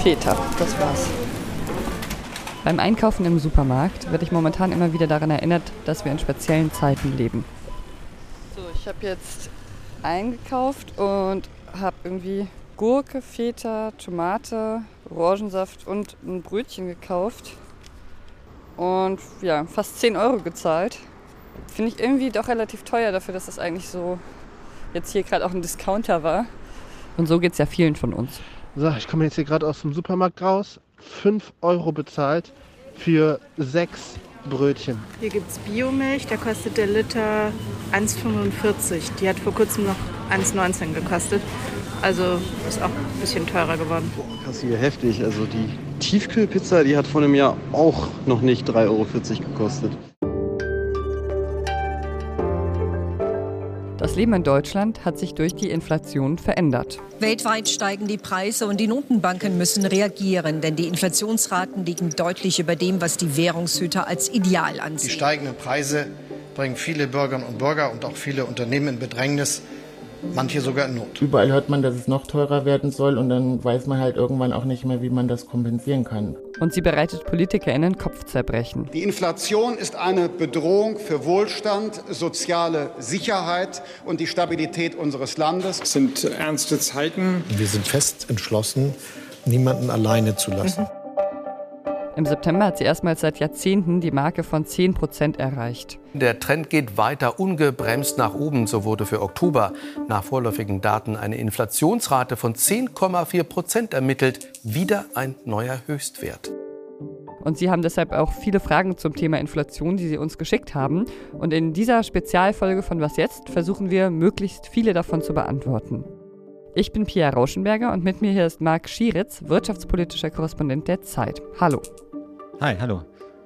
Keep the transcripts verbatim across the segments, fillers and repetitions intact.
Feta, das war's. Beim Einkaufen im Supermarkt werde ich momentan immer wieder daran erinnert, dass wir in speziellen Zeiten leben. So, ich habe jetzt eingekauft und habe irgendwie Gurke, Feta, Tomate, Orangensaft und ein Brötchen gekauft. Und ja, fast zehn Euro gezahlt. Finde ich irgendwie doch relativ teuer dafür, dass das eigentlich so jetzt hier gerade auch ein Discounter war. Und so geht es ja vielen von uns. So, ich komme jetzt hier gerade aus dem Supermarkt raus. fünf Euro bezahlt für sechs Brötchen. Hier gibt es Biomilch, da kostet der Liter eins Komma fünfundvierzig. Die hat vor kurzem noch eins Komma neunzehn gekostet. Also ist auch ein bisschen teurer geworden. Boah, krass, hier heftig. Also die Tiefkühlpizza, die hat vor einem Jahr auch noch nicht drei Euro vierzig gekostet. Das Leben in Deutschland hat sich durch die Inflation verändert. Weltweit steigen die Preise und die Notenbanken müssen reagieren, denn die Inflationsraten liegen deutlich über dem, was die Währungshüter als ideal ansehen. Die steigenden Preise bringen viele Bürgerinnen und Bürger und auch viele Unternehmen in Bedrängnis, manche sogar in Not. Überall hört man, dass es noch teurer werden soll und dann weiß man halt irgendwann auch nicht mehr, wie man das kompensieren kann. Und sie bereitet PolitikerInnen Kopfzerbrechen. Die Inflation ist eine Bedrohung für Wohlstand, soziale Sicherheit und die Stabilität unseres Landes. Es sind ernste Zeiten. Wir sind fest entschlossen, niemanden alleine zu lassen. Mhm. Im September hat sie erstmals seit Jahrzehnten die Marke von zehn Prozent erreicht. Der Trend geht weiter ungebremst nach oben. So wurde für Oktober nach vorläufigen Daten eine Inflationsrate von zehn Komma vier Prozent ermittelt. Wieder ein neuer Höchstwert. Und Sie haben deshalb auch viele Fragen zum Thema Inflation, die Sie uns geschickt haben. Und in dieser Spezialfolge von Was jetzt versuchen wir, möglichst viele davon zu beantworten. Ich bin Pia Rauschenberger und mit mir hier ist Marc Schieritz, wirtschaftspolitischer Korrespondent der Zeit. Hallo. Hi, hallo.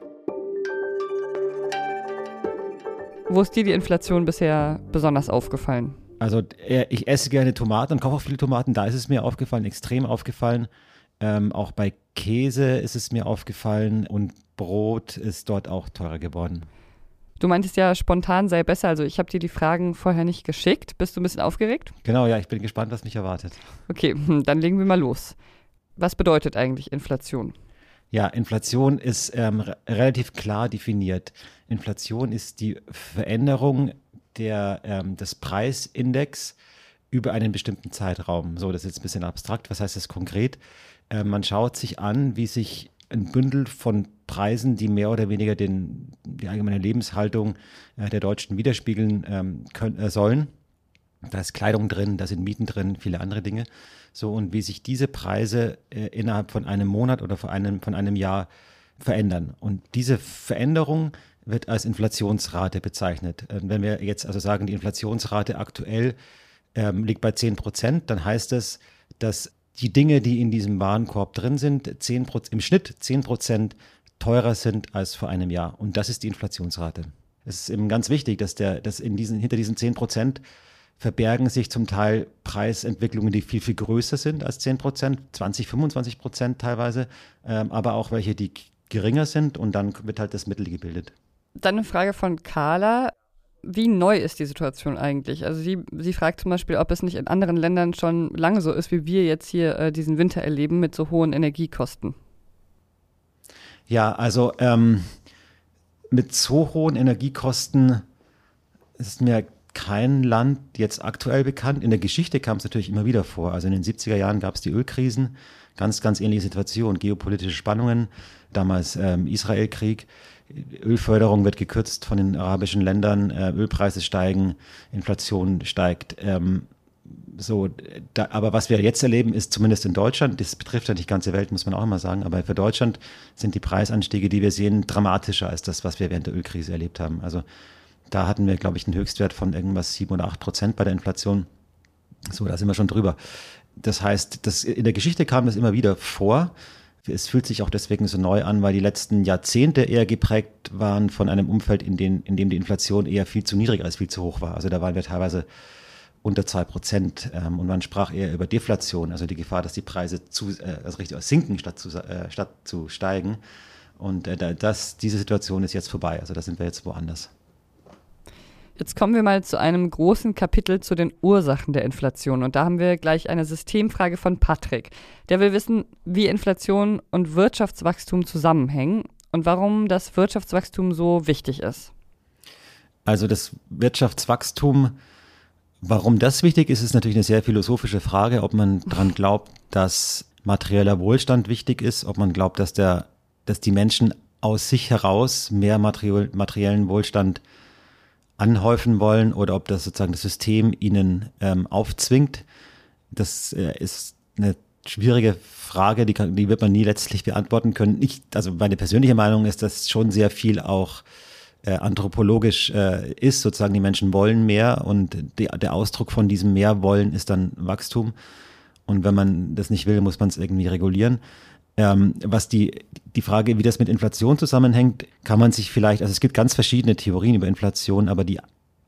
Wo ist dir die Inflation bisher besonders aufgefallen? Also ich esse gerne Tomaten und kaufe auch viele Tomaten. Da ist es mir aufgefallen, extrem aufgefallen. Ähm, auch bei Käse ist es mir aufgefallen und Brot ist dort auch teurer geworden. Du meintest ja, spontan sei besser. Also ich habe dir die Fragen vorher nicht geschickt. Bist du ein bisschen aufgeregt? Genau, ja, ich bin gespannt, was mich erwartet. Okay, dann legen wir mal los. Was bedeutet eigentlich Inflation? Ja, Inflation ist ähm, re- relativ klar definiert. Inflation ist die Veränderung der, ähm, des Preisindex über einen bestimmten Zeitraum. So, das ist jetzt ein bisschen abstrakt. Was heißt das konkret? Äh, man schaut sich an, wie sich ein Bündel von Preisen, die mehr oder weniger den, die allgemeine Lebenshaltung äh, der Deutschen widerspiegeln ähm, können, äh, sollen. Da ist Kleidung drin, da sind Mieten drin, viele andere Dinge. So, und wie sich diese Preise äh, innerhalb von einem Monat oder von einem, von einem Jahr verändern. Und diese Veränderung wird als Inflationsrate bezeichnet. Äh, wenn wir jetzt also sagen, die Inflationsrate aktuell ähm, liegt bei zehn Prozent, dann heißt das, dass die Dinge, die in diesem Warenkorb drin sind, zehn Prozent, im Schnitt zehn Prozent teurer sind als vor einem Jahr. Und das ist die Inflationsrate. Es ist eben ganz wichtig, dass, der, dass in diesen, hinter diesen zehn Prozent verbergen sich zum Teil Preisentwicklungen, die viel, viel größer sind als zehn Prozent, zwanzig, fünfundzwanzig Prozent teilweise, ähm, aber auch welche, die geringer sind und dann wird halt das Mittel gebildet. Dann eine Frage von Carla. Wie neu ist die Situation eigentlich? Also sie, sie fragt zum Beispiel, ob es nicht in anderen Ländern schon lange so ist, wie wir jetzt hier äh, diesen Winter erleben mit so hohen Energiekosten. Ja, also ähm, mit so hohen Energiekosten ist mir kein Land jetzt aktuell bekannt. In der Geschichte kam es natürlich immer wieder vor. Also in den siebziger Jahren gab es die Ölkrisen, ganz, ganz ähnliche Situation, geopolitische Spannungen, damals ähm, Israelkrieg. Ölförderung wird gekürzt von den arabischen Ländern, äh, Ölpreise steigen, Inflation steigt. Ähm, so, da, aber was wir jetzt erleben, ist zumindest in Deutschland, das betrifft ja nicht die ganze Welt, muss man auch immer sagen, aber für Deutschland sind die Preisanstiege, die wir sehen, dramatischer als das, was wir während der Ölkrise erlebt haben. Also da hatten wir, glaube ich, einen Höchstwert von irgendwas sieben oder acht Prozent bei der Inflation. So, da sind wir schon drüber. Das heißt, das, in der Geschichte kam das immer wieder vor. Es fühlt sich auch deswegen so neu an, weil die letzten Jahrzehnte eher geprägt waren von einem Umfeld, in, den, in dem die Inflation eher viel zu niedrig als viel zu hoch war. Also da waren wir teilweise unter zwei Prozent ähm, und man sprach eher über Deflation, also die Gefahr, dass die Preise zu, äh, also richtig sinken statt zu, äh, statt zu steigen. Und äh, das, diese Situation ist jetzt vorbei, also da sind wir jetzt woanders. Jetzt kommen wir mal zu einem großen Kapitel zu den Ursachen der Inflation. Und da haben wir gleich eine Systemfrage von Patrick. Der will wissen, wie Inflation und Wirtschaftswachstum zusammenhängen und warum das Wirtschaftswachstum so wichtig ist. Also das Wirtschaftswachstum, warum das wichtig ist, ist natürlich eine sehr philosophische Frage, ob man daran glaubt, dass materieller Wohlstand wichtig ist, ob man glaubt, dass, der, dass die Menschen aus sich heraus mehr materiell, materiellen Wohlstand anhäufen wollen oder ob das sozusagen das System ihnen ähm, aufzwingt. Das äh, ist eine schwierige Frage, die, kann, die wird man nie letztlich beantworten können. Ich, also meine persönliche Meinung ist, dass schon sehr viel auch äh, anthropologisch äh, ist. Sozusagen die Menschen wollen mehr und die, der Ausdruck von diesem Mehrwollen ist dann Wachstum. Und wenn man das nicht will, muss man es irgendwie regulieren. Ähm, was die, die Frage, wie das mit Inflation zusammenhängt, kann man sich vielleicht, also es gibt ganz verschiedene Theorien über Inflation, aber die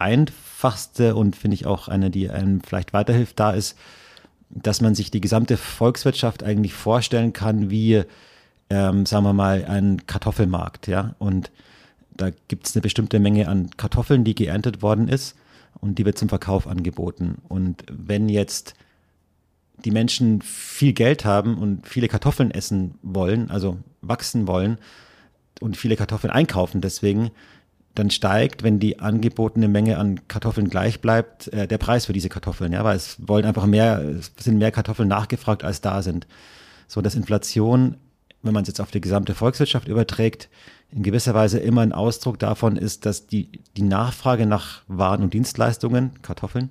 einfachste und finde ich auch eine, die einem vielleicht weiterhilft, da ist, dass man sich die gesamte Volkswirtschaft eigentlich vorstellen kann wie, ähm, sagen wir mal, ein Kartoffelmarkt, ja, und da gibt es eine bestimmte Menge an Kartoffeln, die geerntet worden ist und die wird zum Verkauf angeboten. Und wenn jetzt die Menschen viel Geld haben und viele Kartoffeln essen wollen, also wachsen wollen und viele Kartoffeln einkaufen deswegen, dann steigt, wenn die angebotene Menge an Kartoffeln gleich bleibt, äh, der Preis für diese Kartoffeln. Ja, weil es wollen einfach mehr, es sind mehr Kartoffeln nachgefragt, als da sind. So, dass Inflation, wenn man es jetzt auf die gesamte Volkswirtschaft überträgt, in gewisser Weise immer ein Ausdruck davon ist, dass die, die Nachfrage nach Waren und Dienstleistungen, Kartoffeln,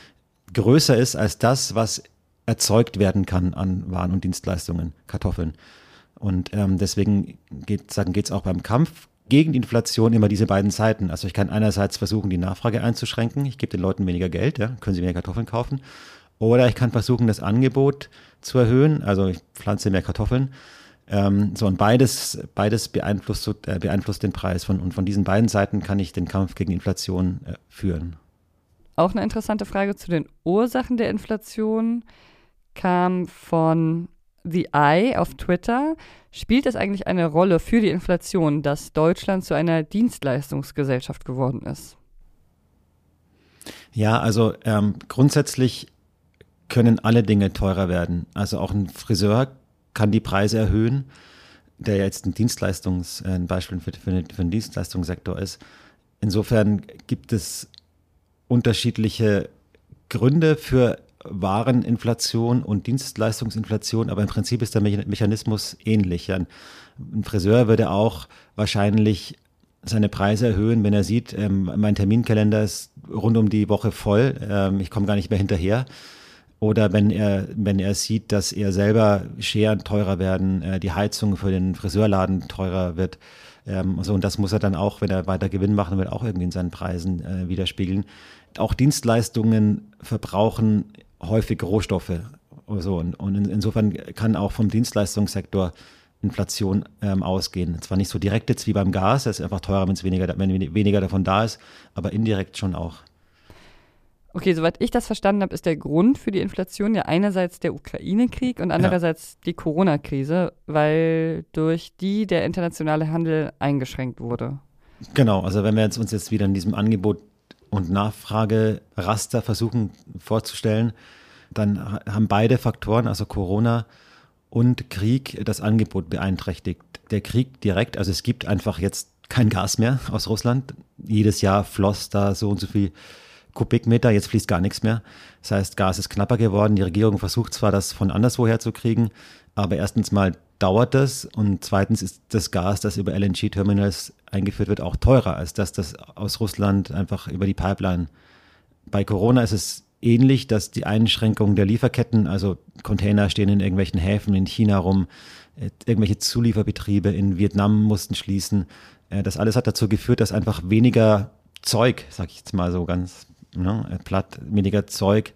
größer ist als das, was erzeugt werden kann an Waren und Dienstleistungen, Kartoffeln. Und ähm, deswegen geht es auch beim Kampf gegen die Inflation immer diese beiden Seiten. Also ich kann einerseits versuchen, die Nachfrage einzuschränken. Ich gebe den Leuten weniger Geld, ja, können sie mehr Kartoffeln kaufen. Oder ich kann versuchen, das Angebot zu erhöhen. Also ich pflanze mehr Kartoffeln. Ähm, so und beides, beides beeinflusst, äh, beeinflusst den Preis. Von, und von diesen beiden Seiten kann ich den Kampf gegen Inflation äh, führen. Auch eine interessante Frage zu den Ursachen der Inflation kam von The Eye auf Twitter. Spielt es eigentlich eine Rolle für die Inflation, dass Deutschland zu einer Dienstleistungsgesellschaft geworden ist? Ja, also ähm, grundsätzlich können alle Dinge teurer werden. Also auch ein Friseur kann die Preise erhöhen, der jetzt ein Dienstleistungs, ein Beispiel für, für, für den Dienstleistungssektor ist. Insofern gibt es unterschiedliche Gründe für Wareninflation und Dienstleistungsinflation, aber im Prinzip ist der Mechanismus ähnlich. Ein Friseur würde auch wahrscheinlich seine Preise erhöhen, wenn er sieht, ähm, mein Terminkalender ist rund um die Woche voll, ähm, ich komme gar nicht mehr hinterher. Oder wenn er, wenn er sieht, dass er selber Scheren teurer werden, äh, die Heizung für den Friseurladen teurer wird. Ähm, so, und das muss er dann auch, wenn er weiter Gewinn machen will, auch irgendwie in seinen Preisen äh, widerspiegeln. Auch Dienstleistungen verbrauchen häufig Rohstoffe. So, und, und in, insofern kann auch vom Dienstleistungssektor Inflation ähm, ausgehen. Zwar nicht so direkt jetzt wie beim Gas, es ist einfach teurer, wenn es weniger, wenn weniger davon da ist, aber indirekt schon auch. Okay, soweit ich das verstanden habe, ist der Grund für die Inflation ja einerseits der Ukraine-Krieg und andererseits ja. die Corona-Krise, weil durch die der internationale Handel eingeschränkt wurde. Genau, also wenn wir jetzt uns jetzt wieder in diesem Angebot und Nachfrageraster versuchen vorzustellen, dann haben beide Faktoren, also Corona und Krieg, das Angebot beeinträchtigt. Der Krieg direkt, also es gibt einfach jetzt kein Gas mehr aus Russland. Jedes Jahr floss da so und so viel Kubikmeter, jetzt fließt gar nichts mehr. Das heißt, Gas ist knapper geworden. Die Regierung versucht zwar, das von anderswoher zu kriegen, aber erstens mal dauert das und zweitens ist das Gas, das über L N G-Terminals eingeführt wird, auch teurer als das, das aus Russland einfach über die Pipeline. Bei Corona ist es ähnlich, dass die Einschränkung der Lieferketten, also Container stehen in irgendwelchen Häfen in China rum, irgendwelche Zulieferbetriebe in Vietnam mussten schließen. Das alles hat dazu geführt, dass einfach weniger Zeug, sag ich jetzt mal so ganz ne, platt, weniger Zeug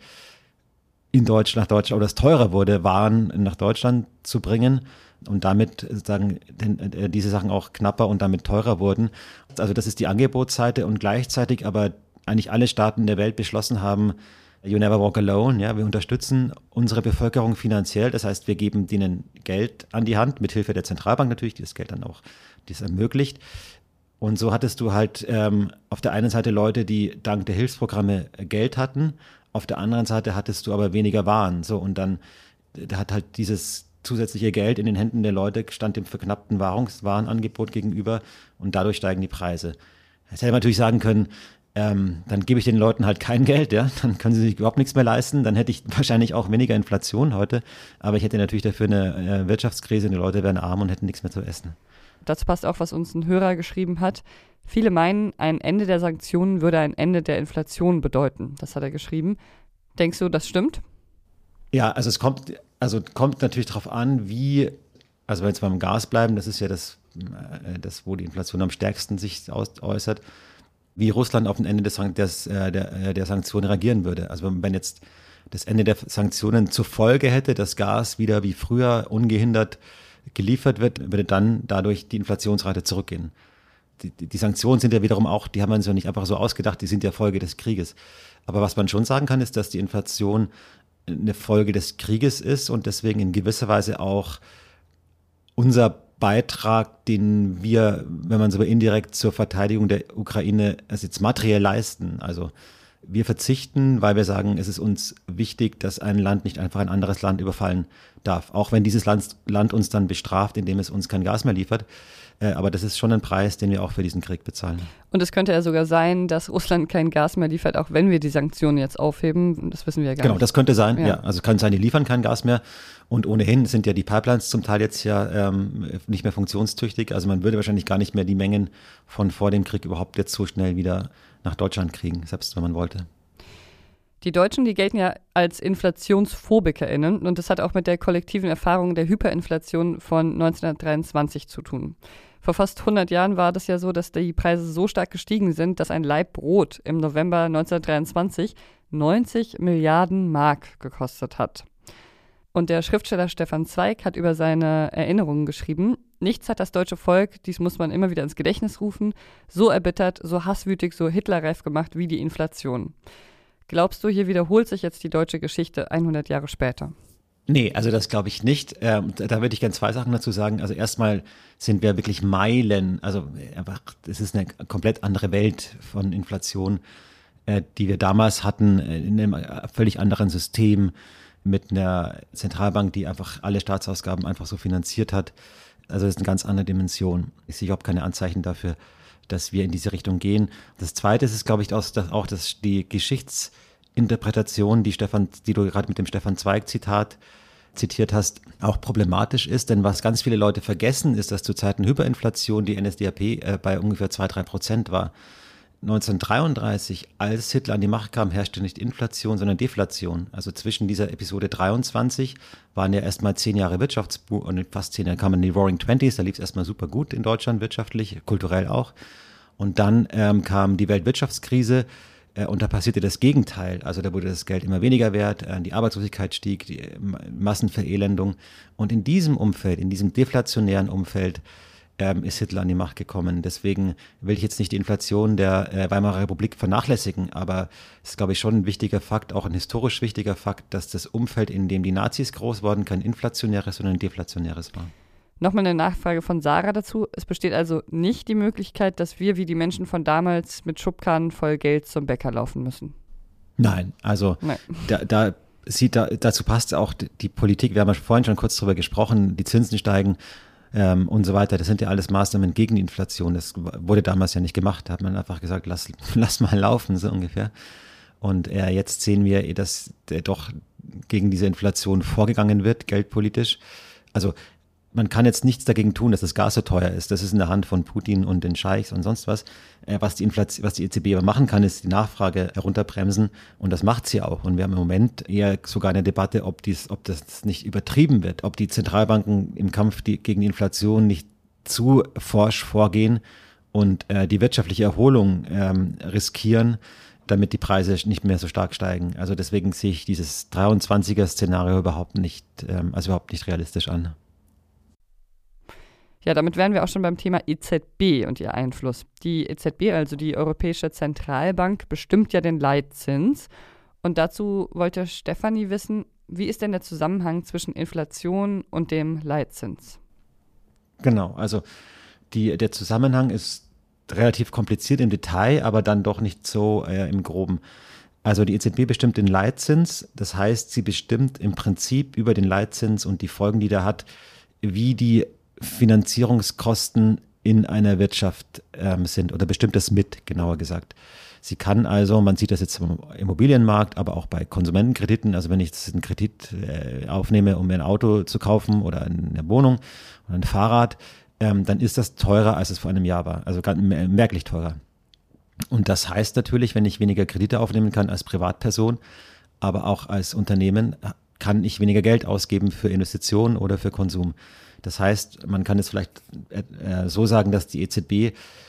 in Deutschland, nach Deutschland oder es teurer wurde, Waren nach Deutschland zu bringen und damit sozusagen diese Sachen auch knapper und damit teurer wurden. Also das ist die Angebotsseite und gleichzeitig aber eigentlich alle Staaten der Welt beschlossen haben, you never walk alone, ja, wir unterstützen unsere Bevölkerung finanziell, das heißt, wir geben denen Geld an die Hand, mit Hilfe der Zentralbank natürlich, die das Geld dann auch dies ermöglicht. Und so hattest du halt ähm, auf der einen Seite Leute, die dank der Hilfsprogramme Geld hatten, auf der anderen Seite hattest du aber weniger Waren. So, und dann da hat halt dieses zusätzliche Geld in den Händen der Leute stand dem verknappten Warenungs- Warenangebot gegenüber und dadurch steigen die Preise. Jetzt hätte man natürlich sagen können, ähm, dann gebe ich den Leuten halt kein Geld, ja, dann können sie sich überhaupt nichts mehr leisten, dann hätte ich wahrscheinlich auch weniger Inflation heute, aber ich hätte natürlich dafür eine äh, Wirtschaftskrise und die Leute wären arm und hätten nichts mehr zu essen. Dazu passt auch, was uns ein Hörer geschrieben hat. Viele meinen, ein Ende der Sanktionen würde ein Ende der Inflation bedeuten. Das hat er geschrieben. Denkst du, das stimmt? Ja, also es kommt, also kommt natürlich darauf an, wie, also wenn wir jetzt beim Gas bleiben, das ist ja das, das wo die Inflation am stärksten sich aus, äußert, wie Russland auf ein Ende des, des, der, der Sanktionen reagieren würde. Also wenn jetzt das Ende der Sanktionen zur Folge hätte, dass Gas wieder wie früher ungehindert geliefert wird, würde dann dadurch die Inflationsrate zurückgehen. Die, die Sanktionen sind ja wiederum auch, die haben wir uns ja nicht einfach so ausgedacht, die sind ja Folge des Krieges. Aber was man schon sagen kann, ist, dass die Inflation eine Folge des Krieges ist und deswegen in gewisser Weise auch unser Beitrag, den wir, wenn man so will, indirekt zur Verteidigung der Ukraine also jetzt materiell leisten. Also wir verzichten, weil wir sagen, es ist uns wichtig, dass ein Land nicht einfach ein anderes Land überfallen darf. Auch wenn dieses Land, Land uns dann bestraft, indem es uns kein Gas mehr liefert. Äh, aber das ist schon ein Preis, den wir auch für diesen Krieg bezahlen. Und es könnte ja sogar sein, dass Russland kein Gas mehr liefert, auch wenn wir die Sanktionen jetzt aufheben. Das wissen wir ja gar genau, nicht. Genau, das könnte sein. Ja. ja. Also kann sein, die liefern kein Gas mehr. Und ohnehin sind ja die Pipelines zum Teil jetzt ja ähm, nicht mehr funktionstüchtig. Also man würde wahrscheinlich gar nicht mehr die Mengen von vor dem Krieg überhaupt jetzt so schnell wieder nach Deutschland kriegen, selbst wenn man wollte. Die Deutschen, die gelten ja als InflationsphobikerInnen und das hat auch mit der kollektiven Erfahrung der Hyperinflation von neunzehnhundertdreiundzwanzig zu tun. Vor fast hundert Jahren war das ja so, dass die Preise so stark gestiegen sind, dass ein Laib Brot im November neunzehnhundertdreiundzwanzig neunzig Milliarden Mark gekostet hat. Und der Schriftsteller Stefan Zweig hat über seine Erinnerungen geschrieben: Nichts hat das deutsche Volk, dies muss man immer wieder ins Gedächtnis rufen, so erbittert, so hasswütig, so hitlerreif gemacht wie die Inflation. Glaubst du, hier wiederholt sich jetzt die deutsche Geschichte hundert Jahre später? Nee, also das glaube ich nicht. Ähm, da würde ich gerne zwei Sachen dazu sagen. Also erstmal sind wir wirklich Meilen, also einfach, es ist eine komplett andere Welt von Inflation, äh, die wir damals hatten, in einem völlig anderen System mit einer Zentralbank, die einfach alle Staatsausgaben einfach so finanziert hat. Also das ist eine ganz andere Dimension. Ich sehe überhaupt keine Anzeichen dafür, dass wir in diese Richtung gehen. Das Zweite ist, glaube ich, auch, dass, auch dass die Geschichtsinterpretation, die Stefan, die du gerade mit dem Stefan Zweig-Zitat zitiert hast, auch problematisch ist. Denn was ganz viele Leute vergessen, ist, dass zu Zeiten Hyperinflation die N S D A P äh, bei ungefähr zwei bis drei Prozent war. neunzehnhundertdreiunddreißig, als Hitler an die Macht kam, herrschte nicht Inflation, sondern Deflation. Also zwischen dieser Episode dreiundzwanzig waren ja erstmal zehn Jahre Wirtschaftsboom und fast zehn Jahre kamen die Roaring Twenties, da lief es erstmal super gut in Deutschland wirtschaftlich, kulturell auch. Und dann ähm, kam die Weltwirtschaftskrise äh, und da passierte das Gegenteil. Also da wurde das Geld immer weniger wert, äh, die Arbeitslosigkeit stieg, die äh, Massenverelendung. Und in diesem Umfeld, in diesem deflationären Umfeld, Ähm, ist Hitler an die Macht gekommen. Deswegen will ich jetzt nicht die Inflation der äh, Weimarer Republik vernachlässigen, aber es ist, glaube ich, schon ein wichtiger Fakt, auch ein historisch wichtiger Fakt, dass das Umfeld, in dem die Nazis groß wurden, kein inflationäres, sondern ein deflationäres war. Nochmal eine Nachfrage von Sarah dazu. Es besteht also nicht die Möglichkeit, dass wir wie die Menschen von damals mit Schubkarren voll Geld zum Bäcker laufen müssen? Nein, also Nein. Da, da sieht da, dazu passt auch die Politik, wir haben ja vorhin schon kurz drüber gesprochen, die Zinsen steigen, Ähm, und so weiter. Das sind ja alles Maßnahmen gegen die Inflation. Das wurde damals ja nicht gemacht. Da hat man einfach gesagt, lass, lass mal laufen, so ungefähr. Und äh, jetzt sehen wir, dass äh, doch gegen diese Inflation vorgegangen wird, geldpolitisch. Also man kann jetzt nichts dagegen tun, dass das Gas so teuer ist. Das ist in der Hand von Putin und den Scheichs und sonst was. Äh, was die Inflation, was die E Z B aber machen kann, ist die Nachfrage herunterbremsen. Und das macht sie auch. Und wir haben im Moment eher sogar eine Debatte, ob, dies, ob das nicht übertrieben wird, ob die Zentralbanken im Kampf die, gegen die Inflation nicht zu forsch vorgehen und äh, die wirtschaftliche Erholung ähm, riskieren, damit die Preise nicht mehr so stark steigen. Also deswegen sehe ich dieses dreiundzwanziger-Szenario überhaupt nicht, ähm, also überhaupt nicht realistisch an. Ja, damit wären wir auch schon beim Thema E Z B und ihr Einfluss. Die E Z B, also die Europäische Zentralbank, bestimmt ja den Leitzins. Und dazu wollte Stefanie wissen, wie ist denn der Zusammenhang zwischen Inflation und dem Leitzins? Genau, also die, der Zusammenhang ist relativ kompliziert im Detail, aber dann doch nicht so äh, im Groben. Also die E Z B bestimmt den Leitzins, das heißt, sie bestimmt im Prinzip über den Leitzins und die Folgen, die der hat, wie die Finanzierungskosten in einer Wirtschaft ähm, sind oder bestimmt das mit, genauer gesagt. Sie kann also, man sieht das jetzt im Immobilienmarkt, aber auch bei Konsumentenkrediten, also wenn ich jetzt einen Kredit äh, aufnehme, um mir ein Auto zu kaufen oder eine Wohnung oder ein Fahrrad, ähm, dann ist das teurer, als es vor einem Jahr war, also ganz merklich teurer. Und das heißt natürlich, wenn ich weniger Kredite aufnehmen kann als Privatperson, aber auch als Unternehmen, kann ich weniger Geld ausgeben für Investitionen oder für Konsum. Das heißt, man kann es vielleicht äh, so sagen, dass die E Z B,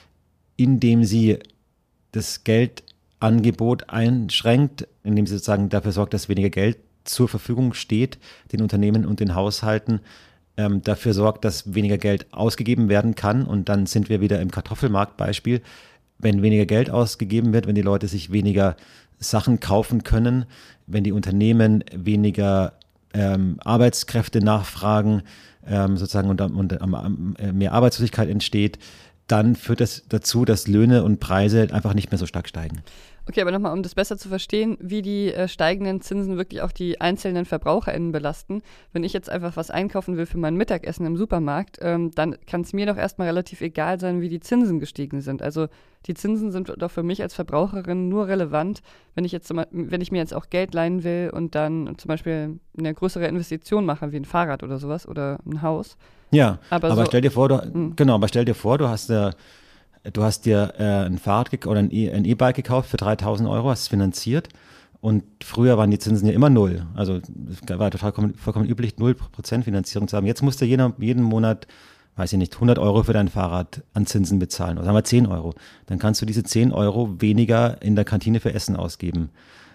indem sie das Geldangebot einschränkt, indem sie sozusagen dafür sorgt, dass weniger Geld zur Verfügung steht, den Unternehmen und den Haushalten, ähm, dafür sorgt, dass weniger Geld ausgegeben werden kann. Und dann sind wir wieder im Kartoffelmarktbeispiel. Wenn weniger Geld ausgegeben wird, wenn die Leute sich weniger Sachen kaufen können, wenn die Unternehmen weniger ähm, Arbeitskräfte nachfragen, ähm, sozusagen und, und äh, mehr Arbeitslosigkeit entsteht, dann führt das dazu, dass Löhne und Preise einfach nicht mehr so stark steigen. Okay, aber nochmal, um das besser zu verstehen, wie die äh, steigenden Zinsen wirklich auch die einzelnen VerbraucherInnen belasten. Wenn ich jetzt einfach was einkaufen will für mein Mittagessen im Supermarkt, ähm, dann kann es mir doch erstmal relativ egal sein, wie die Zinsen gestiegen sind. Also die Zinsen sind doch für mich als Verbraucherin nur relevant, wenn ich jetzt zum, wenn ich mir jetzt auch Geld leihen will und dann zum Beispiel eine größere Investition mache, wie ein Fahrrad oder sowas oder ein Haus. Ja, aber, aber so, stell dir vor, du, mh. genau, aber stell dir vor, du hast äh, Du hast dir äh, ein Fahrrad ge- oder ein, e- ein E-Bike gekauft für dreitausend Euro, hast es finanziert und früher waren die Zinsen ja immer null. Also es war total kom- vollkommen üblich, null Prozent Finanzierung zu haben. Jetzt musst du jeden, jeden Monat, weiß ich nicht, hundert Euro für dein Fahrrad an Zinsen bezahlen. Oder sagen wir zehn Euro. Dann kannst du diese zehn Euro weniger in der Kantine für Essen ausgeben.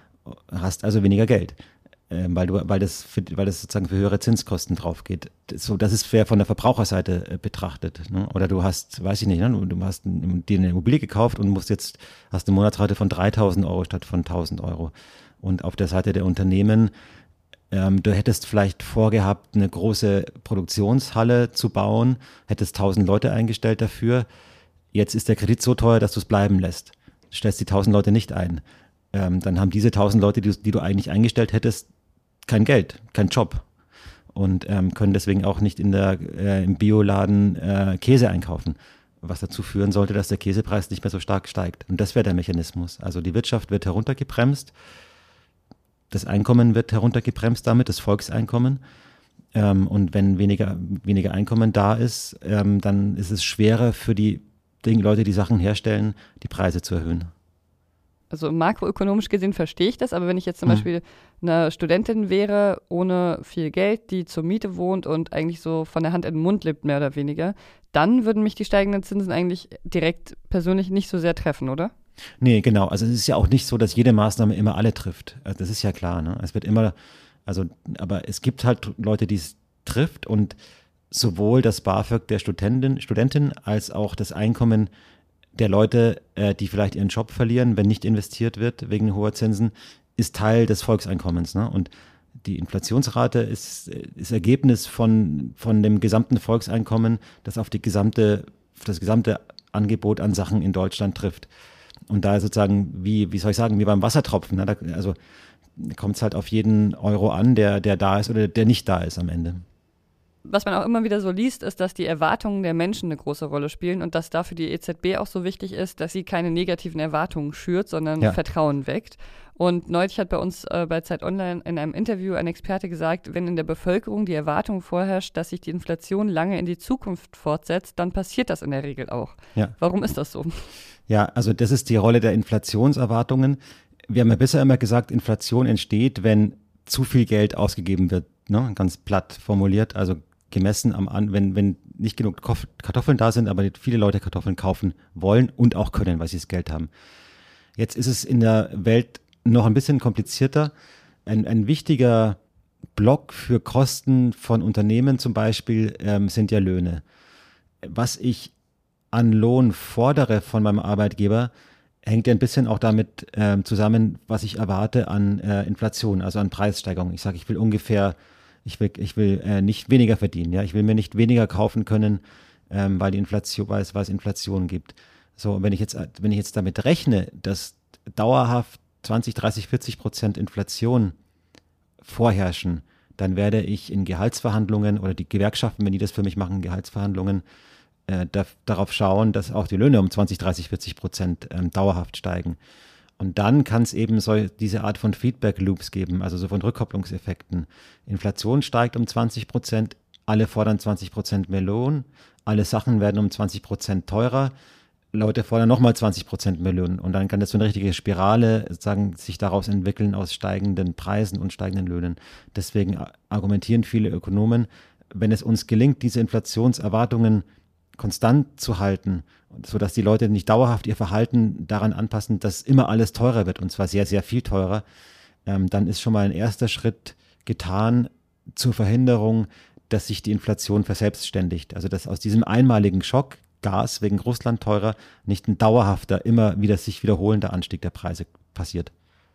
Hast also weniger Geld. Weil, du, weil, das für, weil das sozusagen für höhere Zinskosten drauf geht. So, das ist fair von der Verbraucherseite äh, betrachtet. Ne? Oder du hast, weiß ich nicht, ne? du hast ein, dir eine Immobilie gekauft und musst jetzt, hast eine Monatsrate von dreitausend Euro statt von tausend Euro. Und auf der Seite der Unternehmen, ähm, du hättest vielleicht vorgehabt, eine große Produktionshalle zu bauen, hättest tausend Leute eingestellt dafür. Jetzt ist der Kredit so teuer, dass du es bleiben lässt. Du stellst die tausend Leute nicht ein. Ähm, dann haben diese tausend Leute, die, die du eigentlich eingestellt hättest, kein Geld, kein Job und ähm, können deswegen auch nicht in der, äh, im Bioladen äh, Käse einkaufen, was dazu führen sollte, dass der Käsepreis nicht mehr so stark steigt. Und das wäre der Mechanismus. Also die Wirtschaft wird heruntergebremst, das Einkommen wird heruntergebremst damit, das Volkseinkommen. Ähm, und wenn weniger, weniger Einkommen da ist, ähm, dann ist es schwerer für die Leute, die Sachen herstellen, die Preise zu erhöhen. Also makroökonomisch gesehen verstehe ich das, aber wenn ich jetzt zum Mhm. Beispiel eine Studentin wäre, ohne viel Geld, die zur Miete wohnt und eigentlich so von der Hand in den Mund lebt, mehr oder weniger, dann würden mich die steigenden Zinsen eigentlich direkt persönlich nicht so sehr treffen, oder? Nee, genau. Also es ist ja auch nicht so, dass jede Maßnahme immer alle trifft. Also das ist ja klar, ne? Es wird immer, also, aber es gibt halt Leute, die es trifft und sowohl das BAföG der Studentin, Studentin als auch das Einkommen der Leute, äh, die vielleicht ihren Job verlieren, wenn nicht investiert wird wegen hoher Zinsen, ist Teil des Volkseinkommens. Ne? Und die Inflationsrate ist, ist Ergebnis von, von dem gesamten Volkseinkommen, das auf die gesamte, das gesamte Angebot an Sachen in Deutschland trifft. Und da sozusagen, wie, wie soll ich sagen, wie beim Wassertropfen. Ne? Da, also kommt es halt auf jeden Euro an, der, der da ist oder der nicht da ist am Ende. Was man auch immer wieder so liest, ist, dass die Erwartungen der Menschen eine große Rolle spielen und dass dafür die E Z B auch so wichtig ist, dass sie keine negativen Erwartungen schürt, sondern Ja. Vertrauen weckt. Und neulich hat bei uns äh, bei Zeit Online in einem Interview ein Experte gesagt, wenn in der Bevölkerung die Erwartung vorherrscht, dass sich die Inflation lange in die Zukunft fortsetzt, dann passiert das in der Regel auch. Ja. Warum ist das so? Ja, also das ist die Rolle der Inflationserwartungen. Wir haben ja bisher immer gesagt, Inflation entsteht, wenn zu viel Geld ausgegeben wird, ne? Ganz platt formuliert, also gemessen am an, wenn, wenn nicht genug Kartoffeln da sind, aber viele Leute Kartoffeln kaufen wollen und auch können, weil sie das Geld haben. Jetzt ist es in der Welt noch ein bisschen komplizierter. Ein, ein wichtiger Block für Kosten von Unternehmen zum Beispiel ähm, sind ja Löhne. Was ich an Lohn fordere von meinem Arbeitgeber, hängt ja ein bisschen auch damit ähm, zusammen, was ich erwarte an äh, Inflation, also an Preissteigerung. Ich sage, ich will ungefähr Ich will, ich will äh, nicht weniger verdienen, ja. Ich will mir nicht weniger kaufen können, ähm, weil die Inflation, weil es, weil es Inflation gibt. So, wenn ich jetzt, wenn ich jetzt damit rechne, dass dauerhaft zwanzig, dreißig, vierzig Prozent Inflation vorherrschen, dann werde ich in Gehaltsverhandlungen oder die Gewerkschaften, wenn die das für mich machen, Gehaltsverhandlungen, äh, da, darauf schauen, dass auch die Löhne um zwanzig, dreißig, vierzig Prozent ähm, dauerhaft steigen. Und dann kann es eben so diese Art von Feedback-Loops geben, also so von Rückkopplungseffekten. Inflation steigt um zwanzig Prozent, alle fordern zwanzig Prozent mehr Lohn, alle Sachen werden um zwanzig Prozent teurer, Leute fordern nochmal zwanzig Prozent mehr Lohn. Und dann kann das so eine richtige Spirale sagen, sich daraus entwickeln aus steigenden Preisen und steigenden Löhnen. Deswegen argumentieren viele Ökonomen, wenn es uns gelingt, diese Inflationserwartungen konstant zu halten, sodass die Leute nicht dauerhaft ihr Verhalten daran anpassen, dass immer alles teurer wird, und zwar sehr, sehr viel teurer, ähm, dann ist schon mal ein erster Schritt getan zur Verhinderung, dass sich die Inflation verselbstständigt. Also dass aus diesem einmaligen Schock, Gas wegen Russland teurer, nicht ein dauerhafter, immer wieder sich wiederholender Anstieg der Preise passiert.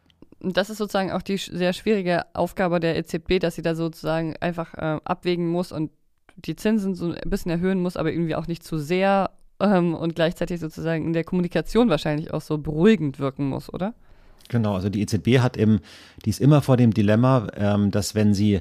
Das ist sozusagen auch die sehr schwierige Aufgabe der E Z B, dass sie da sozusagen einfach äh, abwägen muss und die Zinsen so ein bisschen erhöhen muss, aber irgendwie auch nicht zu sehr ähm, und gleichzeitig sozusagen in der Kommunikation wahrscheinlich auch so beruhigend wirken muss, oder? Genau, also die E Z B hat eben, die ist immer vor dem Dilemma, ähm, dass wenn sie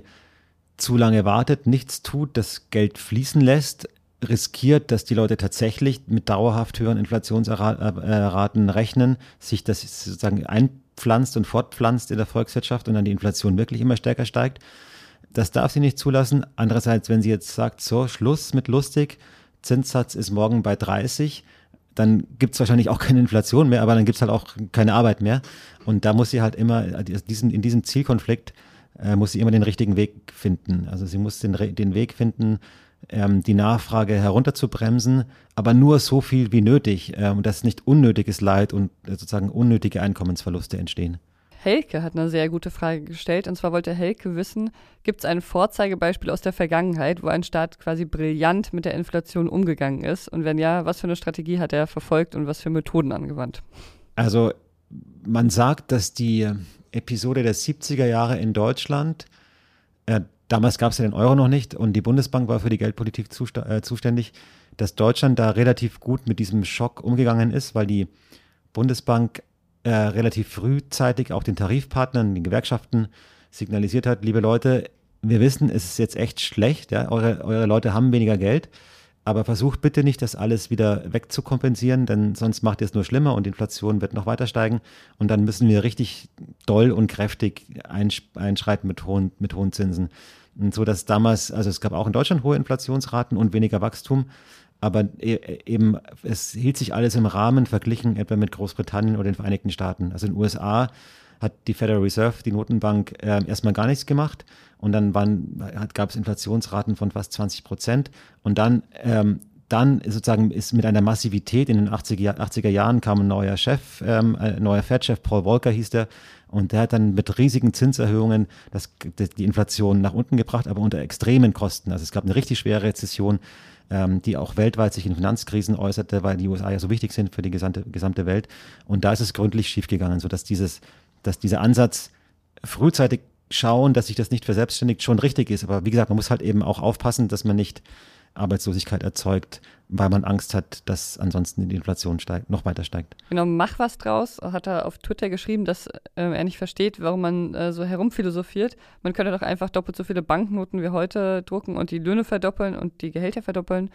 zu lange wartet, nichts tut, das Geld fließen lässt, riskiert, dass die Leute tatsächlich mit dauerhaft höheren Inflationsraten rechnen, sich das sozusagen einpflanzt und fortpflanzt in der Volkswirtschaft und dann die Inflation wirklich immer stärker steigt. Das darf sie nicht zulassen. Andererseits, wenn sie jetzt sagt, so, Schluss mit lustig, Zinssatz ist morgen bei dreißig, dann gibt es wahrscheinlich auch keine Inflation mehr, aber dann gibt es halt auch keine Arbeit mehr. Und da muss sie halt immer, diesen, in diesem Zielkonflikt, äh, muss sie immer den richtigen Weg finden. Also sie muss den, den Weg finden, ähm, die Nachfrage herunterzubremsen, aber nur so viel wie nötig, ähm, dass nicht unnötiges Leid und äh, sozusagen unnötige Einkommensverluste entstehen. Helke hat eine sehr gute Frage gestellt, und zwar wollte Helke wissen, gibt es ein Vorzeigebeispiel aus der Vergangenheit, wo ein Staat quasi brillant mit der Inflation umgegangen ist, und wenn ja, was für eine Strategie hat er verfolgt und was für Methoden angewandt? Also man sagt, dass die Episode der siebziger Jahre in Deutschland, äh, damals gab es ja den Euro noch nicht und die Bundesbank war für die Geldpolitik zusta- äh, zuständig, dass Deutschland da relativ gut mit diesem Schock umgegangen ist, weil die Bundesbank Äh, relativ frühzeitig auch den Tarifpartnern, den Gewerkschaften signalisiert hat, liebe Leute, wir wissen, es ist jetzt echt schlecht, ja, eure, eure Leute haben weniger Geld, aber versucht bitte nicht, das alles wieder wegzukompensieren, denn sonst macht ihr es nur schlimmer und die Inflation wird noch weiter steigen und dann müssen wir richtig doll und kräftig einsch- einschreiten mit hohen, mit hohen Zinsen. Und so, dass damals, also es gab auch in Deutschland hohe Inflationsraten und weniger Wachstum, aber eben, es hielt sich alles im Rahmen, verglichen etwa mit Großbritannien oder den Vereinigten Staaten. Also in den U S A hat die Federal Reserve, die Notenbank, äh, erstmal gar nichts gemacht und dann gab es Inflationsraten von fast zwanzig Prozent und dann, ähm, dann sozusagen ist mit einer Massivität in den achtziger Jahren kam ein neuer Chef, ähm, ein neuer Fed-Chef, Paul Volcker hieß der, und der hat dann mit riesigen Zinserhöhungen das, die Inflation nach unten gebracht, aber unter extremen Kosten. Also es gab eine richtig schwere Rezession, ähm, die auch weltweit sich in Finanzkrisen äußerte, weil die U S A ja so wichtig sind für die gesamte, gesamte Welt. Und da ist es gründlich schiefgegangen, sodass dieses, dass dieser Ansatz frühzeitig schauen, dass sich das nicht verselbstständigt, schon richtig ist. Aber wie gesagt, man muss halt eben auch aufpassen, dass man nicht Arbeitslosigkeit erzeugt, weil man Angst hat, dass ansonsten die Inflation steigt, noch weiter steigt. Genau, mach was draus, hat er auf Twitter geschrieben, dass äh, er nicht versteht, warum man äh, so herumphilosophiert. Man könnte doch einfach doppelt so viele Banknoten wie heute drucken und die Löhne verdoppeln und die Gehälter verdoppeln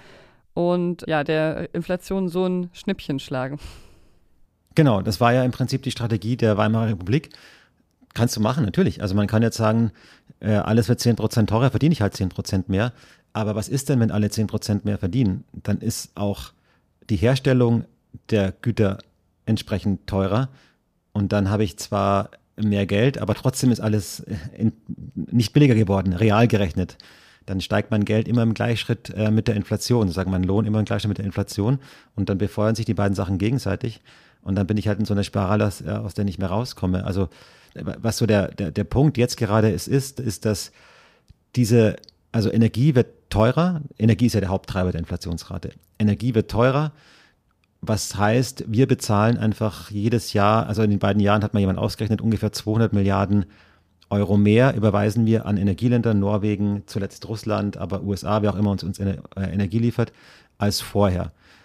und ja, der Inflation so ein Schnippchen schlagen. Genau, das war ja im Prinzip die Strategie der Weimarer Republik. Kannst du machen, natürlich. Also man kann jetzt sagen, äh, alles wird zehn Prozent teurer, verdiene ich halt zehn Prozent mehr. Aber was ist denn, wenn alle zehn Prozent mehr verdienen? Dann ist auch die Herstellung der Güter entsprechend teurer. Und dann habe ich zwar mehr Geld, aber trotzdem ist alles in, nicht billiger geworden, real gerechnet. Dann steigt mein Geld immer im Gleichschritt äh, mit der Inflation, sozusagen mein Lohn immer im Gleichschritt mit der Inflation. Und dann befeuern sich die beiden Sachen gegenseitig. Und dann bin ich halt in so einer Spirale, aus, aus der ich nicht mehr rauskomme. Also was so der, der, der Punkt jetzt gerade ist, ist, ist, dass diese, also Energie wird teurer. Energie ist ja der Haupttreiber der Inflationsrate. Energie wird teurer, was heißt, wir bezahlen einfach jedes Jahr, also in den beiden Jahren hat mal jemand ausgerechnet, ungefähr zweihundert Milliarden Euro mehr überweisen wir an Energieländer, Norwegen, zuletzt Russland, aber U S A, wer auch immer uns, uns Energie liefert, als vorher.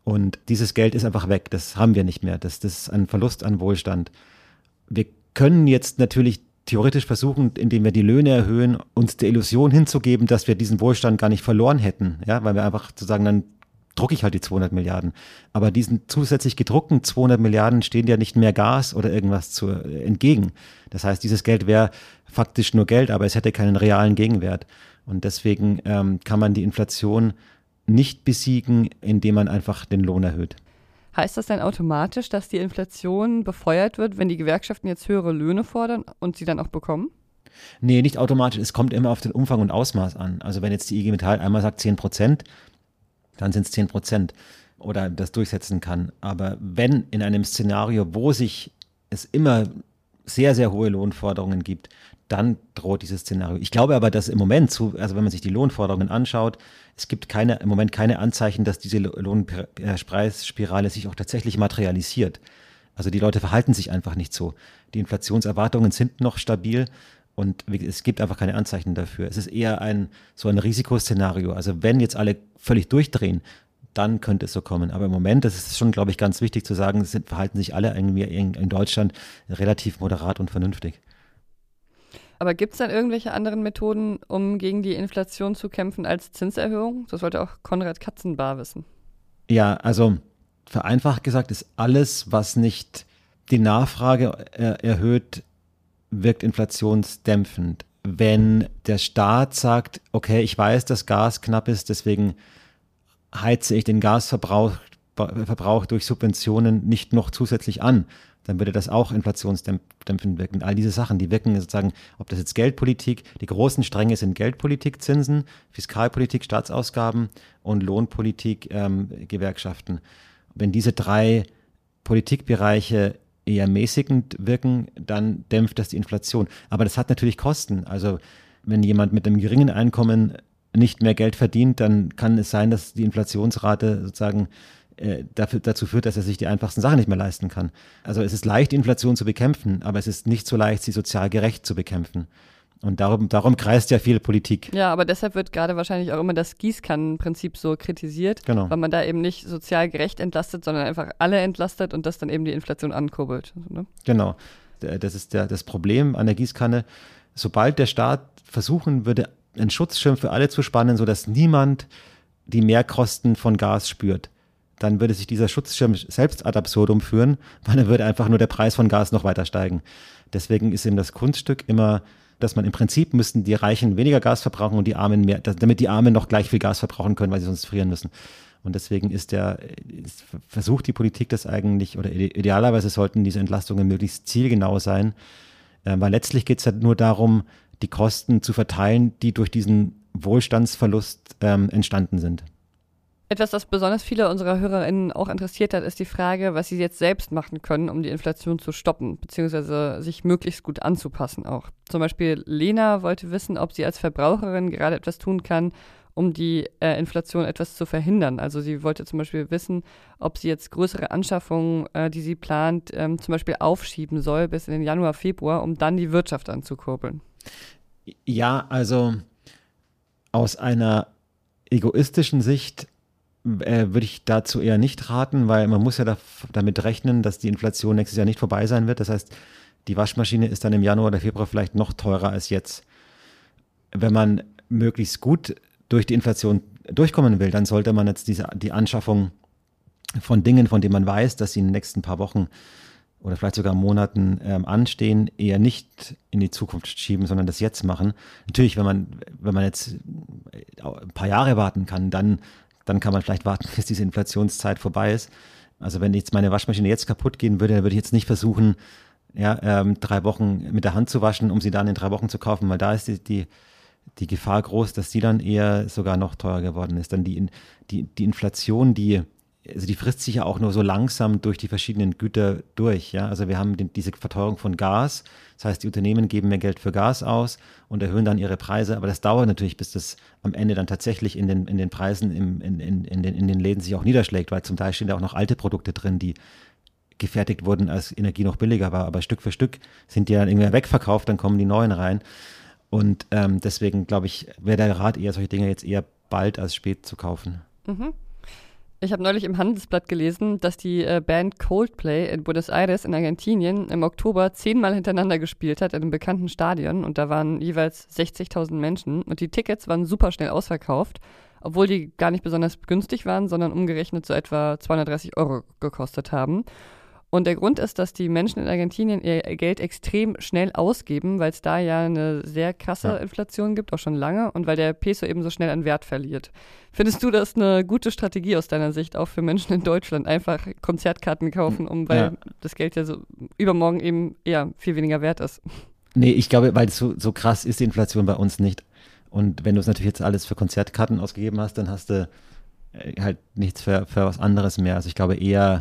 Und dieses Geld ist einfach weg, das haben wir nicht mehr, das, das ist ein Verlust an Wohlstand. Wir können jetzt natürlich theoretisch versuchen, indem wir die Löhne erhöhen, uns der Illusion hinzugeben, dass wir diesen Wohlstand gar nicht verloren hätten, ja, weil wir einfach sozusagen dann drucke ich halt die zweihundert Milliarden. Aber diesen zusätzlich gedruckten zweihundert Milliarden stehen ja nicht mehr Gas oder irgendwas zu, äh, entgegen. Das heißt, dieses Geld wäre faktisch nur Geld, aber es hätte keinen realen Gegenwert. Und deswegen ähm, kann man die Inflation nicht besiegen, indem man einfach den Lohn erhöht. Heißt das dann automatisch, dass die Inflation befeuert wird, wenn die Gewerkschaften jetzt höhere Löhne fordern und sie dann auch bekommen? Nee, nicht automatisch. Es kommt immer auf den Umfang und Ausmaß an. Also wenn jetzt die I G Metall einmal sagt zehn Prozent, dann sind es zehn Prozent oder das durchsetzen kann. Aber wenn in einem Szenario, wo sich es immer sehr, sehr hohe Lohnforderungen gibt, dann droht dieses Szenario. Ich glaube aber, dass im Moment, zu, also wenn man sich die Lohnforderungen anschaut, es gibt keine, im Moment keine Anzeichen, dass diese Lohnpreisspirale sich auch tatsächlich materialisiert. Also die Leute verhalten sich einfach nicht so. Die Inflationserwartungen sind noch stabil und es gibt einfach keine Anzeichen dafür. Es ist eher ein so ein Risikoszenario. Also wenn jetzt alle völlig durchdrehen, dann könnte es so kommen. Aber im Moment, das ist schon, glaube ich, ganz wichtig zu sagen, sind, verhalten sich alle irgendwie in Deutschland relativ moderat und vernünftig. Aber gibt es dann irgendwelche anderen Methoden, um gegen die Inflation zu kämpfen als Zinserhöhung? Das wollte auch Konrad Katzenbar wissen. Ja, also vereinfacht gesagt ist alles, was nicht die Nachfrage er- erhöht, wirkt inflationsdämpfend. Wenn der Staat sagt, okay, ich weiß, dass Gas knapp ist, deswegen heize ich den Gasverbrauch Verbrauch durch Subventionen nicht noch zusätzlich an, dann würde das auch inflationsdämpfend wirken. All diese Sachen, die wirken sozusagen, ob das jetzt Geldpolitik, die großen Stränge sind Geldpolitik, Zinsen, Fiskalpolitik, Staatsausgaben und Lohnpolitik, ähm, Gewerkschaften. Wenn diese drei Politikbereiche eher mäßigend wirken, dann dämpft das die Inflation. Aber das hat natürlich Kosten. Also wenn jemand mit einem geringen Einkommen nicht mehr Geld verdient, dann kann es sein, dass die Inflationsrate sozusagen äh, dafür, dazu führt, dass er sich die einfachsten Sachen nicht mehr leisten kann. Also es ist leicht, die Inflation zu bekämpfen, aber es ist nicht so leicht, sie sozial gerecht zu bekämpfen. Und darum, darum kreist ja viel Politik. Ja, aber deshalb wird gerade wahrscheinlich auch immer das Gießkannenprinzip so kritisiert, genau, weil man da eben nicht sozial gerecht entlastet, sondern einfach alle entlastet und das dann eben die Inflation ankurbelt. Ne? Genau, das ist der, das Problem an der Gießkanne. Sobald der Staat versuchen würde, einen Schutzschirm für alle zu spannen, sodass niemand die Mehrkosten von Gas spürt, dann würde sich dieser Schutzschirm selbst ad absurdum führen, weil dann würde einfach nur der Preis von Gas noch weiter steigen. Deswegen ist eben das Kunststück immer, dass man im Prinzip müssten die Reichen weniger Gas verbrauchen und die Armen mehr, damit die Armen noch gleich viel Gas verbrauchen können, weil sie sonst frieren müssen. Und deswegen ist der, ist, versucht die Politik das eigentlich, oder idealerweise sollten diese Entlastungen möglichst zielgenau sein, äh, weil letztlich geht es ja nur darum, die Kosten zu verteilen, die durch diesen Wohlstandsverlust ähm, entstanden sind. Etwas, das besonders viele unserer HörerInnen auch interessiert hat, ist die Frage, was sie jetzt selbst machen können, um die Inflation zu stoppen, beziehungsweise sich möglichst gut anzupassen auch. Zum Beispiel Lena wollte wissen, ob sie als Verbraucherin gerade etwas tun kann, um die äh, Inflation etwas zu verhindern. Also sie wollte zum Beispiel wissen, ob sie jetzt größere Anschaffungen, äh, die sie plant, ähm, zum Beispiel aufschieben soll bis in den Januar, Februar, um dann die Wirtschaft anzukurbeln. Ja, also aus einer egoistischen Sicht äh, würde ich dazu eher nicht raten, weil man muss ja da, damit rechnen, dass die Inflation nächstes Jahr nicht vorbei sein wird. Das heißt, die Waschmaschine ist dann im Januar oder Februar vielleicht noch teurer als jetzt. Wenn man möglichst gut durch die Inflation durchkommen will, dann sollte man jetzt diese, die Anschaffung von Dingen, von denen man weiß, dass sie in den nächsten paar Wochen oder vielleicht sogar Monaten ähm, anstehen, eher nicht in die Zukunft schieben, sondern das jetzt machen. Natürlich, wenn man, wenn man jetzt ein paar Jahre warten kann, dann, dann kann man vielleicht warten, bis diese Inflationszeit vorbei ist. Also wenn jetzt meine Waschmaschine jetzt kaputt gehen würde, dann würde ich jetzt nicht versuchen, ja, ähm, drei Wochen mit der Hand zu waschen, um sie dann in drei Wochen zu kaufen, weil da ist die, die, die Gefahr groß, dass die dann eher sogar noch teurer geworden ist. Dann die, die, die Inflation, die Also die frisst sich ja auch nur so langsam durch die verschiedenen Güter durch. Ja? Also wir haben den, diese Verteuerung von Gas. Das heißt, die Unternehmen geben mehr Geld für Gas aus und erhöhen dann ihre Preise. Aber das dauert natürlich, bis das am Ende dann tatsächlich in den, in den Preisen im, in, in, in, den, in den Läden sich auch niederschlägt, weil zum Teil stehen da auch noch alte Produkte drin, die gefertigt wurden, als Energie noch billiger war. Aber Stück für Stück sind die dann irgendwie wegverkauft, dann kommen die neuen rein. Und ähm, deswegen, glaube ich, wäre der Rat eher, solche Dinge jetzt eher bald als spät zu kaufen. Mhm. Ich habe neulich im Handelsblatt gelesen, dass die äh, Band Coldplay in Buenos Aires in Argentinien im Oktober zehnmal hintereinander gespielt hat in einem bekannten Stadion und da waren jeweils sechzigtausend Menschen und die Tickets waren super schnell ausverkauft, obwohl die gar nicht besonders günstig waren, sondern umgerechnet so etwa zweihundertdreißig Euro gekostet haben. Und der Grund ist, dass die Menschen in Argentinien ihr Geld extrem schnell ausgeben, weil es da ja eine sehr krasse ja. Inflation gibt, auch schon lange, und weil der Peso eben so schnell an Wert verliert. Findest du das eine gute Strategie aus deiner Sicht, auch für Menschen in Deutschland, einfach Konzertkarten kaufen, um weil ja. das Geld ja so übermorgen eben eher viel weniger wert ist? Nee, ich glaube, weil so, so krass ist die Inflation bei uns nicht. Und wenn du es natürlich jetzt alles für Konzertkarten ausgegeben hast, dann hast du halt nichts für, für was anderes mehr. Also ich glaube eher,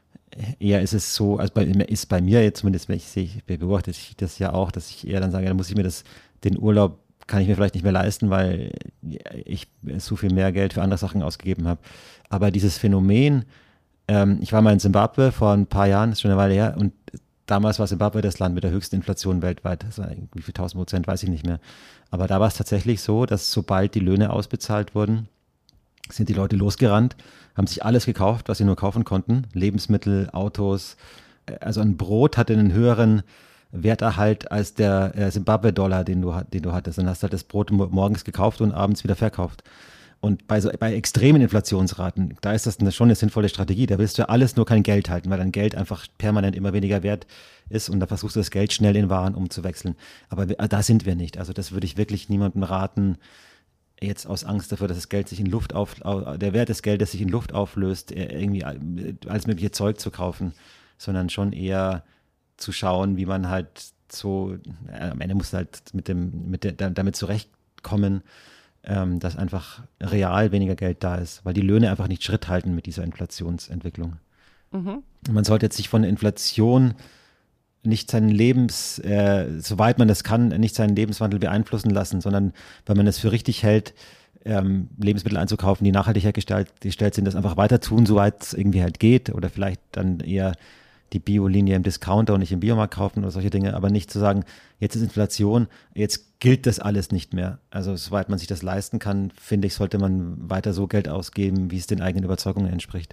eher ist es so, also bei, ist bei mir jetzt zumindest, wenn ich sehe, ich beobachte ich das ja auch, dass ich eher dann sage, ja, dann muss ich mir das, den Urlaub kann ich mir vielleicht nicht mehr leisten, weil ich so viel mehr Geld für andere Sachen ausgegeben habe. Aber dieses Phänomen, ähm, ich war mal in Zimbabwe vor ein paar Jahren, das ist schon eine Weile her, und damals war Zimbabwe das Land mit der höchsten Inflation weltweit. Das war wie viel tausend Prozent, weiß ich nicht mehr. Aber da war es tatsächlich so, dass sobald die Löhne ausbezahlt wurden, sind die Leute losgerannt, haben sich alles gekauft, was sie nur kaufen konnten. Lebensmittel, Autos. Also ein Brot hatte einen höheren Werterhalt als der Zimbabwe-Dollar, den du, den du hattest. Dann hast du halt das Brot morgens gekauft und abends wieder verkauft. Und bei, so, bei extremen Inflationsraten, da ist das eine, schon eine sinnvolle Strategie. Da willst du alles nur kein Geld halten, weil dein Geld einfach permanent immer weniger wert ist und da versuchst du das Geld schnell in Waren umzuwechseln. Aber da sind wir nicht. Also das würde ich wirklich niemandem raten, jetzt aus Angst dafür, dass das Geld sich in Luft auf, der Wert des Geldes sich in Luft auflöst, irgendwie alles mögliche Zeug zu kaufen, sondern schon eher zu schauen, wie man halt so, am Ende muss halt mit dem, mit der, damit zurechtkommen, ähm, dass einfach real weniger Geld da ist, weil die Löhne einfach nicht Schritt halten mit dieser Inflationsentwicklung. Mhm. Man sollte jetzt sich von der Inflation nicht seinen Lebens, äh, soweit man das kann, nicht seinen Lebenswandel beeinflussen lassen, sondern wenn man es für richtig hält, ähm, Lebensmittel einzukaufen, die nachhaltig hergestellt sind, das einfach weiter tun, soweit es irgendwie halt geht, oder vielleicht dann eher die Bio-Linie im Discounter und nicht im Biomarkt kaufen oder solche Dinge, aber nicht zu sagen, jetzt ist Inflation, jetzt gilt das alles nicht mehr. Also soweit man sich das leisten kann, finde ich, sollte man weiter so Geld ausgeben, wie es den eigenen Überzeugungen entspricht.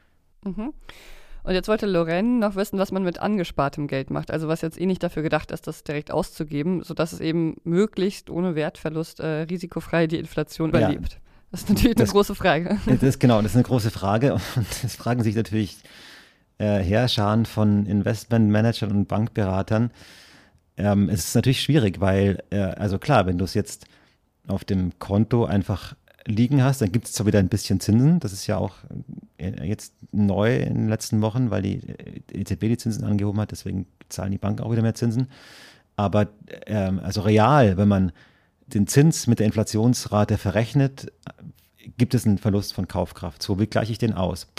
Mhm. Und jetzt wollte Lorraine noch wissen, was man mit angespartem Geld macht, also was jetzt eh nicht dafür gedacht ist, das direkt auszugeben, sodass es eben möglichst ohne Wertverlust äh, risikofrei die Inflation ja. überlebt. Das ist natürlich das, eine große Frage. Das ist, genau, das ist eine große Frage und das fragen sich natürlich äh, Heerscharen von Investmentmanagern und Bankberatern. Ähm, es ist natürlich schwierig, weil, äh, also klar, wenn du es jetzt auf dem Konto einfach liegen hast, dann gibt es zwar wieder ein bisschen Zinsen, das ist ja auch jetzt neu in den letzten Wochen, weil die E Z B die Zinsen angehoben hat, deswegen zahlen die Banken auch wieder mehr Zinsen, aber ähm, also real, wenn man den Zins mit der Inflationsrate verrechnet, gibt es einen Verlust von Kaufkraft. So, wie gleiche ich den aus?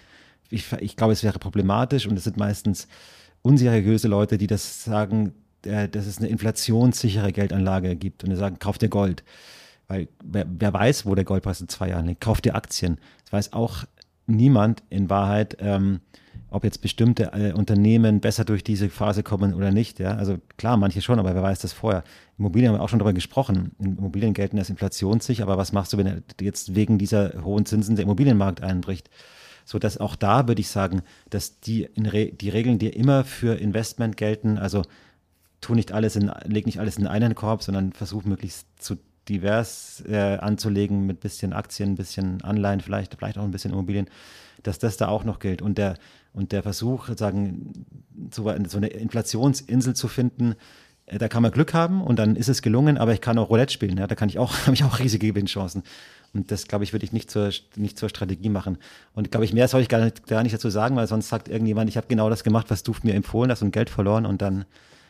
Ich, ich glaube, es wäre problematisch und es sind meistens unseriöse Leute, die das sagen, äh, dass es eine inflationssichere Geldanlage gibt und die sagen, kauf dir Gold. Weil wer, wer weiß, wo der Goldpreis in zwei Jahren liegt, kauft dir Aktien. Das weiß auch niemand in Wahrheit, ähm, ob jetzt bestimmte äh, Unternehmen besser durch diese Phase kommen oder nicht. Ja? Also klar, manche schon, aber wer weiß das vorher. Immobilien haben wir auch schon darüber gesprochen. Immobilien gelten als inflationssicher, aber was machst du, wenn jetzt wegen dieser hohen Zinsen der Immobilienmarkt einbricht? So dass auch da würde ich sagen, dass die, in Re- die Regeln, die immer für Investment gelten, also tu nicht alles in, leg nicht alles in einen Korb, sondern versuch möglichst zu divers äh, anzulegen mit bisschen Aktien, ein bisschen Anleihen, vielleicht, vielleicht auch ein bisschen Immobilien, dass das da auch noch gilt. Und der, und der Versuch, sozusagen, so, so eine Inflationsinsel zu finden, äh, da kann man Glück haben und dann ist es gelungen, aber ich kann auch Roulette spielen, ja, da kann ich auch, habe ich auch riesige Gewinnchancen. Und das, glaube ich, würde ich nicht zur, nicht zur Strategie machen. Und glaube ich, mehr soll ich gar nicht, gar nicht dazu sagen, weil sonst sagt irgendjemand, ich habe genau das gemacht, was du mir empfohlen hast und Geld verloren und dann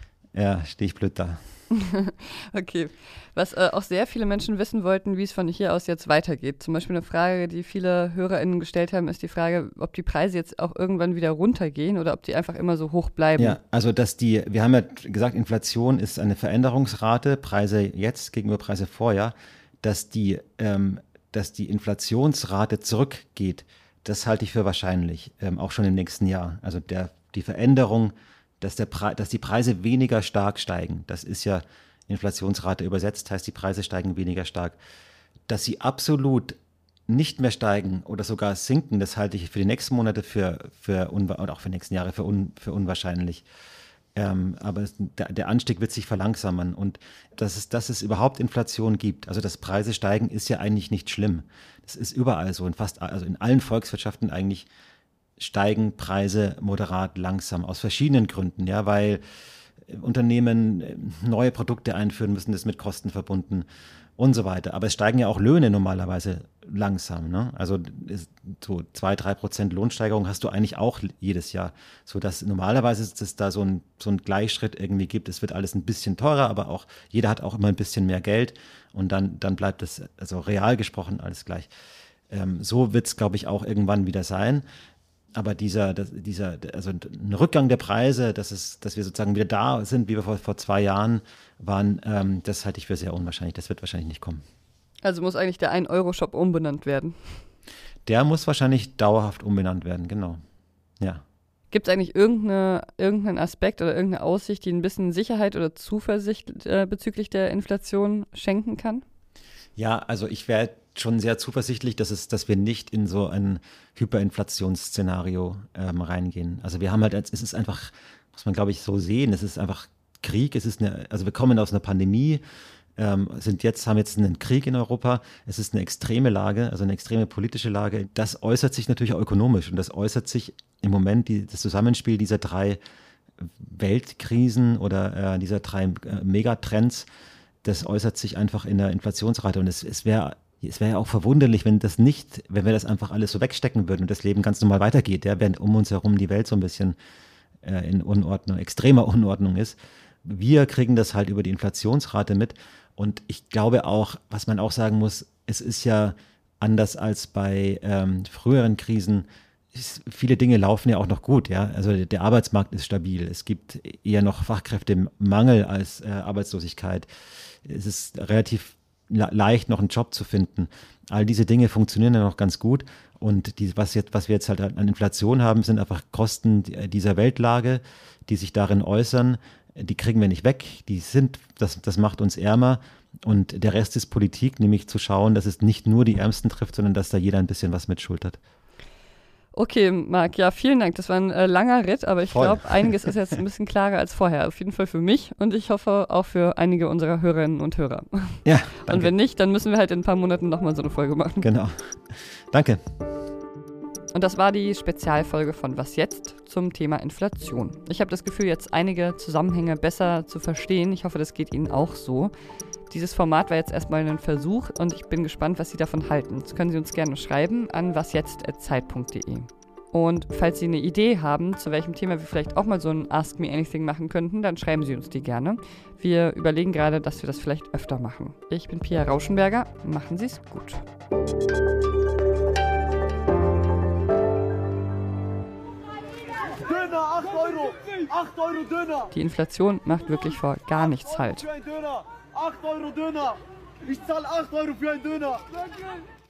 ja, stehe ich blöd da. Okay. Was äh, auch sehr viele Menschen wissen wollten, wie es von hier aus jetzt weitergeht. Zum Beispiel eine Frage, die viele HörerInnen gestellt haben, ist die Frage, ob die Preise jetzt auch irgendwann wieder runtergehen oder ob die einfach immer so hoch bleiben. Ja, also dass die, wir haben ja gesagt, Inflation ist eine Veränderungsrate, Preise jetzt gegenüber Preise vorher, dass die, ähm, dass die Inflationsrate zurückgeht, das halte ich für wahrscheinlich, ähm, auch schon im nächsten Jahr. Also der, die Veränderung, dass, der Pre- dass die Preise weniger stark steigen. Das ist ja Inflationsrate übersetzt, heißt die Preise steigen weniger stark. Dass sie absolut nicht mehr steigen oder sogar sinken, das halte ich für die nächsten Monate für, für unwa- oder auch für die nächsten Jahre für, un, für unwahrscheinlich. Ähm, aber es, der, der Anstieg wird sich verlangsamen und dass es, dass es überhaupt Inflation gibt, also dass Preise steigen, ist ja eigentlich nicht schlimm. Das ist überall so, in fast, also in allen Volkswirtschaften eigentlich steigen Preise moderat langsam aus verschiedenen Gründen, ja, weil Unternehmen neue Produkte einführen müssen, das ist mit Kosten verbunden und so weiter. Aber es steigen ja auch Löhne normalerweise langsam, ne? Also so zwei, drei Prozent Lohnsteigerung hast du eigentlich auch jedes Jahr, sodass normalerweise es da so ein, so ein Gleichschritt irgendwie gibt. Es wird alles ein bisschen teurer, aber auch jeder hat auch immer ein bisschen mehr Geld und dann, dann bleibt es, also real gesprochen, alles gleich. Ähm, so wird es, glaube ich, auch irgendwann wieder sein. Aber dieser, das, dieser, also ein Rückgang der Preise, dass, es, dass wir sozusagen wieder da sind, wie wir vor, vor zwei Jahren waren, ähm, das halte ich für sehr unwahrscheinlich. Das wird wahrscheinlich nicht kommen. Also muss eigentlich der ein-Euro-Shop umbenannt werden? Der muss wahrscheinlich dauerhaft umbenannt werden, genau. Ja. Gibt es eigentlich irgendeine, irgendeinen Aspekt oder irgendeine Aussicht, die ein bisschen Sicherheit oder Zuversicht äh, bezüglich der Inflation schenken kann? Ja, also ich wäre schon sehr zuversichtlich, dass, es, dass wir nicht in so ein Hyperinflationsszenario ähm, reingehen. Also wir haben halt, es ist einfach, muss man glaube ich so sehen, es ist einfach Krieg, es ist eine, also wir kommen aus einer Pandemie, ähm, sind jetzt, haben jetzt einen Krieg in Europa, es ist eine extreme Lage, also eine extreme politische Lage. Das äußert sich natürlich auch ökonomisch und das äußert sich im Moment, die, das Zusammenspiel dieser drei Weltkrisen oder äh, dieser drei äh, Megatrends, das äußert sich einfach in der Inflationsrate und es, es wäre Es wäre ja auch verwunderlich, wenn das nicht, wenn wir das einfach alles so wegstecken würden und das Leben ganz normal weitergeht, ja, während um uns herum die Welt so ein bisschen äh, in Unordnung, extremer Unordnung ist. Wir kriegen das halt über die Inflationsrate mit und ich glaube auch, was man auch sagen muss, es ist ja anders als bei ähm, früheren Krisen, ist, viele Dinge laufen ja auch noch gut, ja, also der Arbeitsmarkt ist stabil, es gibt eher noch Fachkräftemangel als äh, Arbeitslosigkeit, es ist relativ leicht noch einen Job zu finden. All diese Dinge funktionieren ja noch ganz gut und die, was, jetzt, was wir jetzt halt an Inflation haben, sind einfach Kosten dieser Weltlage, die sich darin äußern. Die kriegen wir nicht weg, die sind, das, das macht uns ärmer und der Rest ist Politik, nämlich zu schauen, dass es nicht nur die Ärmsten trifft, sondern dass da jeder ein bisschen was mitschultert. Okay, Marc, ja, vielen Dank. Das war ein äh, langer Ritt, aber ich glaube, einiges ist jetzt ein bisschen klarer als vorher. Auf jeden Fall für mich und ich hoffe auch für einige unserer Hörerinnen und Hörer. Ja, danke. Und wenn nicht, dann müssen wir halt in ein paar Monaten nochmal so eine Folge machen. Genau. Danke. Und das war die Spezialfolge von Was jetzt zum Thema Inflation. Ich habe das Gefühl, jetzt einige Zusammenhänge besser zu verstehen. Ich hoffe, das geht Ihnen auch so. Dieses Format war jetzt erstmal ein Versuch und ich bin gespannt, was Sie davon halten. Das können Sie uns gerne schreiben an wasjetzt at zeit punkt de. Und falls Sie eine Idee haben, zu welchem Thema wir vielleicht auch mal so ein Ask Me Anything machen könnten, dann schreiben Sie uns die gerne. Wir überlegen gerade, dass wir das vielleicht öfter machen. Ich bin Pia Rauschenberger. Machen Sie es gut. Döner, acht Euro! acht Euro Döner! Die Inflation macht wirklich vor gar nichts Halt. acht Euro Döner! Ich zahle acht Euro für einen Döner!